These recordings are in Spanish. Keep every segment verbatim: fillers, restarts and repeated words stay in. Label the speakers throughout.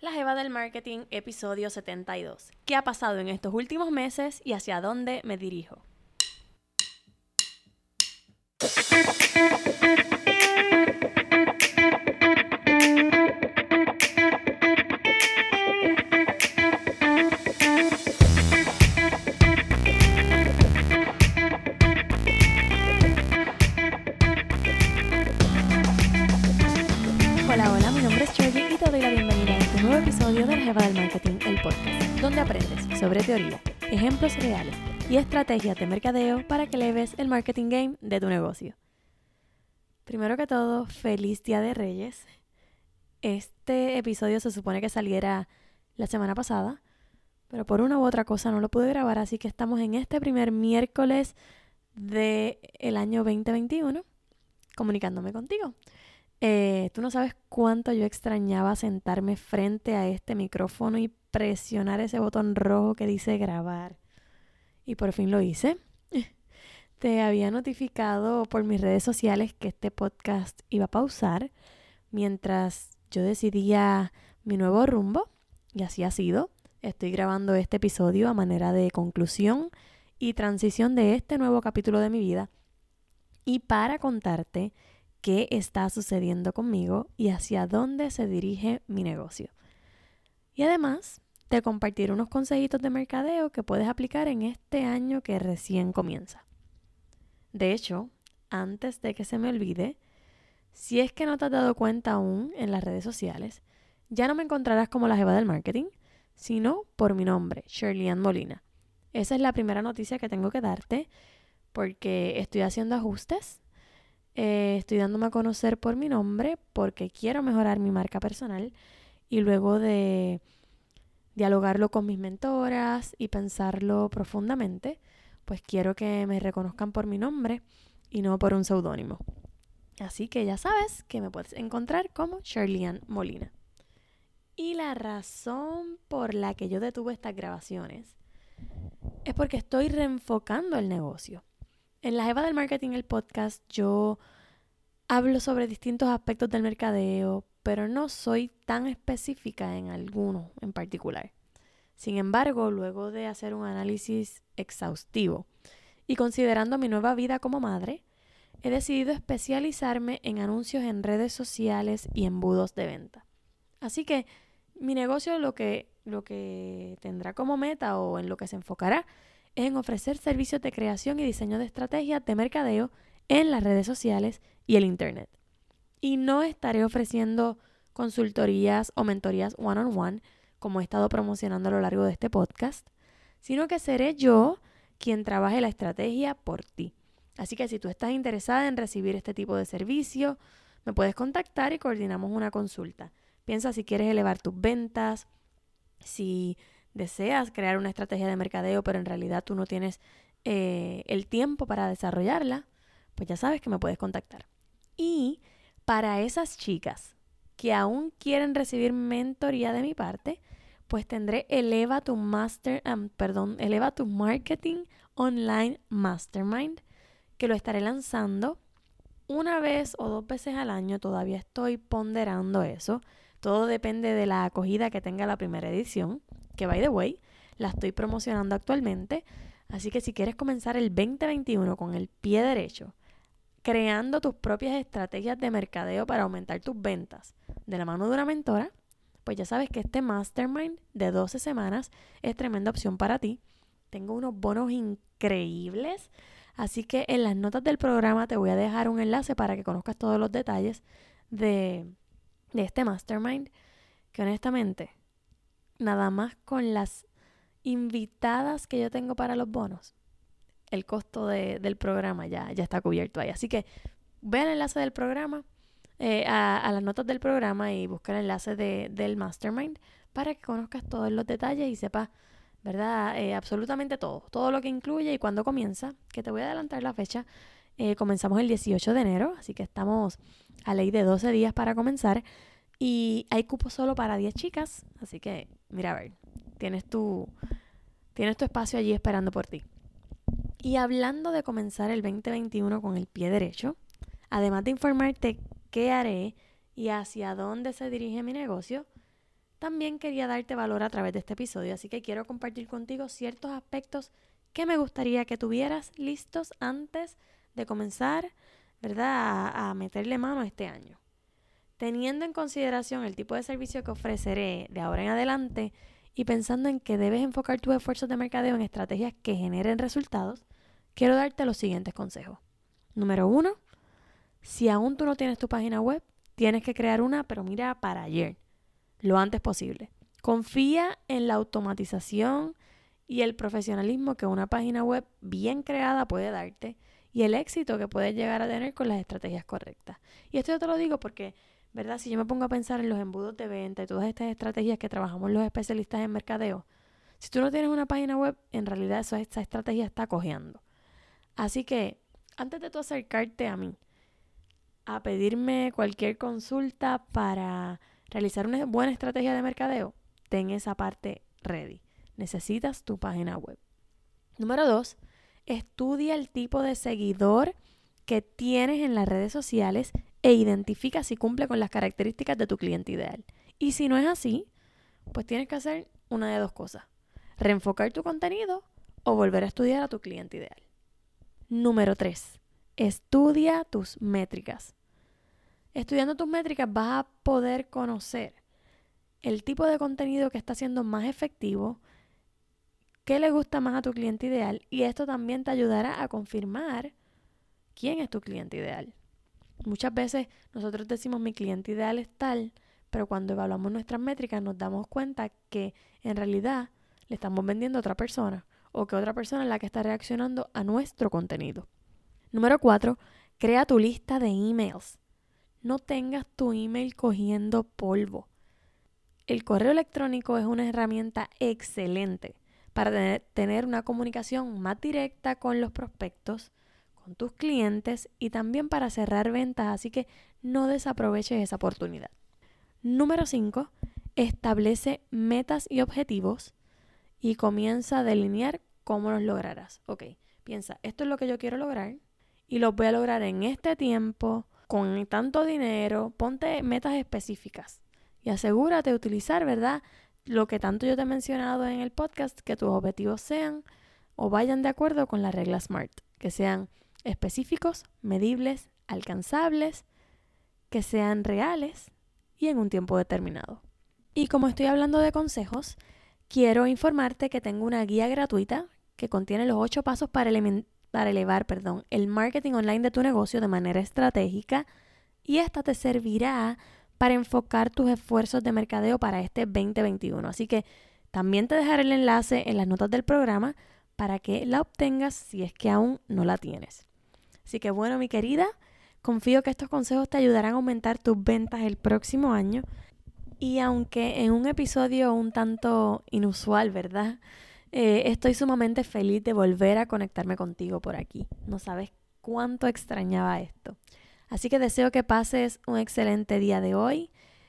Speaker 1: La Jeva del Marketing, episodio setenta y dos. ¿Qué ha pasado en estos últimos meses y hacia dónde me dirijo? Hola, hola, mi nombre es Georgie y te doy la bienvenida a este nuevo episodio de La Jeva del Marketing, el podcast, donde aprendes sobre teoría, ejemplos reales y estrategias de mercadeo para que eleves el marketing game de tu negocio. Primero que todo, feliz Día de Reyes. Este episodio se supone que saliera la semana pasada, pero por una u otra cosa no lo pude grabar, así que estamos en este primer miércoles del año veinte veintiuno comunicándome contigo. Eh, tú no sabes cuánto yo extrañaba sentarme frente a este micrófono y presionar ese botón rojo que dice grabar. Y por fin lo hice. Te había notificado por mis redes sociales que este podcast iba a pausar mientras yo decidía mi nuevo rumbo, y así ha sido. Estoy grabando este episodio a manera de conclusión y transición de este nuevo capítulo de mi vida y para contarte qué está sucediendo conmigo y hacia dónde se dirige mi negocio. Y además, te compartiré unos consejitos de mercadeo que puedes aplicar en este año que recién comienza. De hecho, antes de que se me olvide, si es que no te has dado cuenta aún en las redes sociales, ya no me encontrarás como la Jeva del Marketing, sino por mi nombre, Shirley Molina. Esa es la primera noticia que tengo que darte porque estoy haciendo ajustes. Eh, estoy dándome a conocer por mi nombre porque quiero mejorar mi marca personal y luego de dialogarlo con mis mentoras y pensarlo profundamente, pues quiero que me reconozcan por mi nombre y no por un seudónimo. Así que ya sabes que me puedes encontrar como Shirley Molina. Y la razón por la que yo detuve estas grabaciones es porque estoy reenfocando el negocio. En la Jeva del Marketing, el podcast, yo hablo sobre distintos aspectos del mercadeo, pero no soy tan específica en alguno en particular. Sin embargo, luego de hacer un análisis exhaustivo y considerando mi nueva vida como madre, he decidido especializarme en anuncios en redes sociales y embudos de venta. Así que mi negocio lo que, lo que tendrá como meta o en lo que se enfocará es en ofrecer servicios de creación y diseño de estrategias de mercadeo en las redes sociales y el internet. Y no estaré ofreciendo consultorías o mentorías one-on-one como he estado promocionando a lo largo de este podcast, sino que seré yo quien trabaje la estrategia por ti. Así que si tú estás interesada en recibir este tipo de servicio, me puedes contactar y coordinamos una consulta. Piensa si quieres elevar tus ventas, si deseas crear una estrategia de mercadeo, pero en realidad tú no tienes eh, el tiempo para desarrollarla, pues ya sabes que me puedes contactar. Y para esas chicas que aún quieren recibir mentoría de mi parte, pues tendré Eleva tu Master, um, perdón, Eleva tu Marketing Online Mastermind, que lo estaré lanzando una vez o dos veces al año. Todavía estoy ponderando eso. Todo depende de la acogida que tenga la primera edición, que by the way, la estoy promocionando actualmente. Así que si quieres comenzar el veinte veintiuno con el pie derecho, creando tus propias estrategias de mercadeo para aumentar tus ventas de la mano de una mentora, pues ya sabes que este mastermind de doce semanas es tremenda opción para ti. Tengo unos bonos increíbles, así que en las notas del programa te voy a dejar un enlace para que conozcas todos los detalles de, de este mastermind, que honestamente, nada más con las invitadas que yo tengo para los bonos, el costo de, del programa ya, ya está cubierto ahí. Así que ve al enlace del programa, eh, a, a las notas del programa y busca el enlace de, del Mastermind para que conozcas todos los detalles y sepas, ¿verdad? Eh, absolutamente todo, todo lo que incluye y cuándo comienza, que te voy a adelantar la fecha. Eh, comenzamos el dieciocho de enero, así que estamos a ley de doce días para comenzar y hay cupo solo para diez chicas, así que mira a ver, tienes tu, tienes tu espacio allí esperando por ti. Y hablando de comenzar el veinte veintiuno con el pie derecho, además de informarte qué haré y hacia dónde se dirige mi negocio, también quería darte valor a través de este episodio, así que quiero compartir contigo ciertos aspectos que me gustaría que tuvieras listos antes de comenzar, ¿verdad?, a, a meterle mano este año. Teniendo en consideración el tipo de servicio que ofreceré de ahora en adelante y pensando en que debes enfocar tus esfuerzos de mercadeo en estrategias que generen resultados, quiero darte los siguientes consejos. Número uno, si aún tú no tienes tu página web, tienes que crear una, pero mira, para ayer, lo antes posible. Confía en la automatización y el profesionalismo que una página web bien creada puede darte y el éxito que puedes llegar a tener con las estrategias correctas. Y esto yo te lo digo porque, ¿verdad? Si yo me pongo a pensar en los embudos de venta y todas estas estrategias que trabajamos los especialistas en mercadeo, si tú no tienes una página web, en realidad eso, esta estrategia está cojeando. Así que, antes de tú acercarte a mí, a pedirme cualquier consulta para realizar una buena estrategia de mercadeo, ten esa parte ready. Necesitas tu página web. Número dos, estudia el tipo de seguidor que tienes en las redes sociales e identifica si cumple con las características de tu cliente ideal. Y si no es así, pues tienes que hacer una de dos cosas. Reenfocar tu contenido o volver a estudiar a tu cliente ideal. Número tres, estudia tus métricas. Estudiando tus métricas vas a poder conocer el tipo de contenido que está siendo más efectivo, qué le gusta más a tu cliente ideal y esto también te ayudará a confirmar quién es tu cliente ideal. Muchas veces nosotros decimos mi cliente ideal es tal, pero cuando evaluamos nuestras métricas nos damos cuenta que en realidad le estamos vendiendo a otra persona o que otra persona es la que está reaccionando a nuestro contenido. Número cuatro, crea tu lista de emails. No tengas tu email cogiendo polvo. El correo electrónico es una herramienta excelente para tener, tener una comunicación más directa con los prospectos, con tus clientes y también para cerrar ventas, así que no desaproveches esa oportunidad. Número cinco, establece metas y objetivos y comienza a delinear cómo los lograrás. Ok, piensa, esto es lo que yo quiero lograr y lo voy a lograr en este tiempo, con tanto dinero. Ponte metas específicas y asegúrate de utilizar, ¿verdad?, lo que tanto yo te he mencionado en el podcast, que tus objetivos sean o vayan de acuerdo con la regla SMART, que sean específicos, medibles, alcanzables, que sean reales y en un tiempo determinado. Y como estoy hablando de consejos, quiero informarte que tengo una guía gratuita que contiene los ocho pasos para, ele- para elevar perdón, el marketing online de tu negocio de manera estratégica y esta te servirá para enfocar tus esfuerzos de mercadeo para este veinte veintiuno. Así que también te dejaré el enlace en las notas del programa para que la obtengas si es que aún no la tienes. Así que bueno, mi querida, confío que estos consejos te ayudarán a aumentar tus ventas el próximo año. Y aunque en un episodio un tanto inusual, ¿verdad?, Eh, estoy sumamente feliz de volver a conectarme contigo por aquí. No sabes cuánto extrañaba esto. Así que deseo que pases un excelente día de hoy.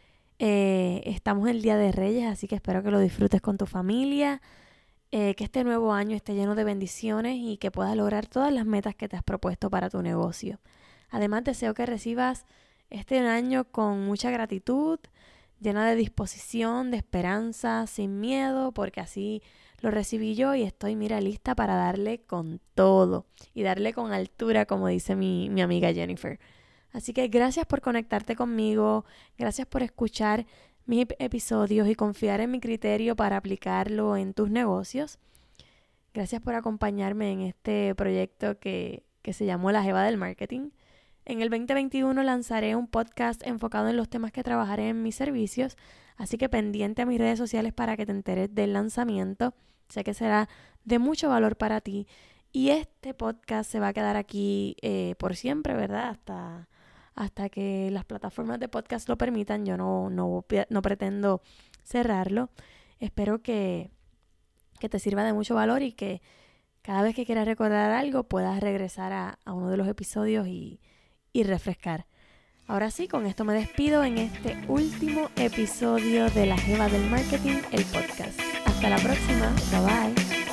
Speaker 1: Eh, estamos en el Día de Reyes, así que espero que lo disfrutes con tu familia. Eh, que este nuevo año esté lleno de bendiciones y que puedas lograr todas las metas que te has propuesto para tu negocio. Además, deseo que recibas este año con mucha gratitud, llena de disposición, de esperanza, sin miedo, porque así lo recibí yo y estoy, mira, lista para darle con todo y darle con altura, como dice mi, mi amiga Jennifer. Así que gracias por conectarte conmigo, gracias por escuchar mis episodios y confiar en mi criterio para aplicarlo en tus negocios. Gracias por acompañarme en este proyecto que, que se llamó La Jeva del Marketing. En el veinte veintiuno lanzaré un podcast enfocado en los temas que trabajaré en mis servicios, así que pendiente a mis redes sociales para que te enteres del lanzamiento. Sé que será de mucho valor para ti y este podcast se va a quedar aquí eh, por siempre, ¿verdad? Hasta, hasta que las plataformas de podcast lo permitan. Yo no, no, no pretendo cerrarlo. Espero que, que te sirva de mucho valor y que cada vez que quieras recordar algo puedas regresar a, a uno de los episodios y y refrescar. Ahora sí, con esto me despido en este último episodio de La Jeva del Marketing, el podcast. Hasta la próxima. Bye bye.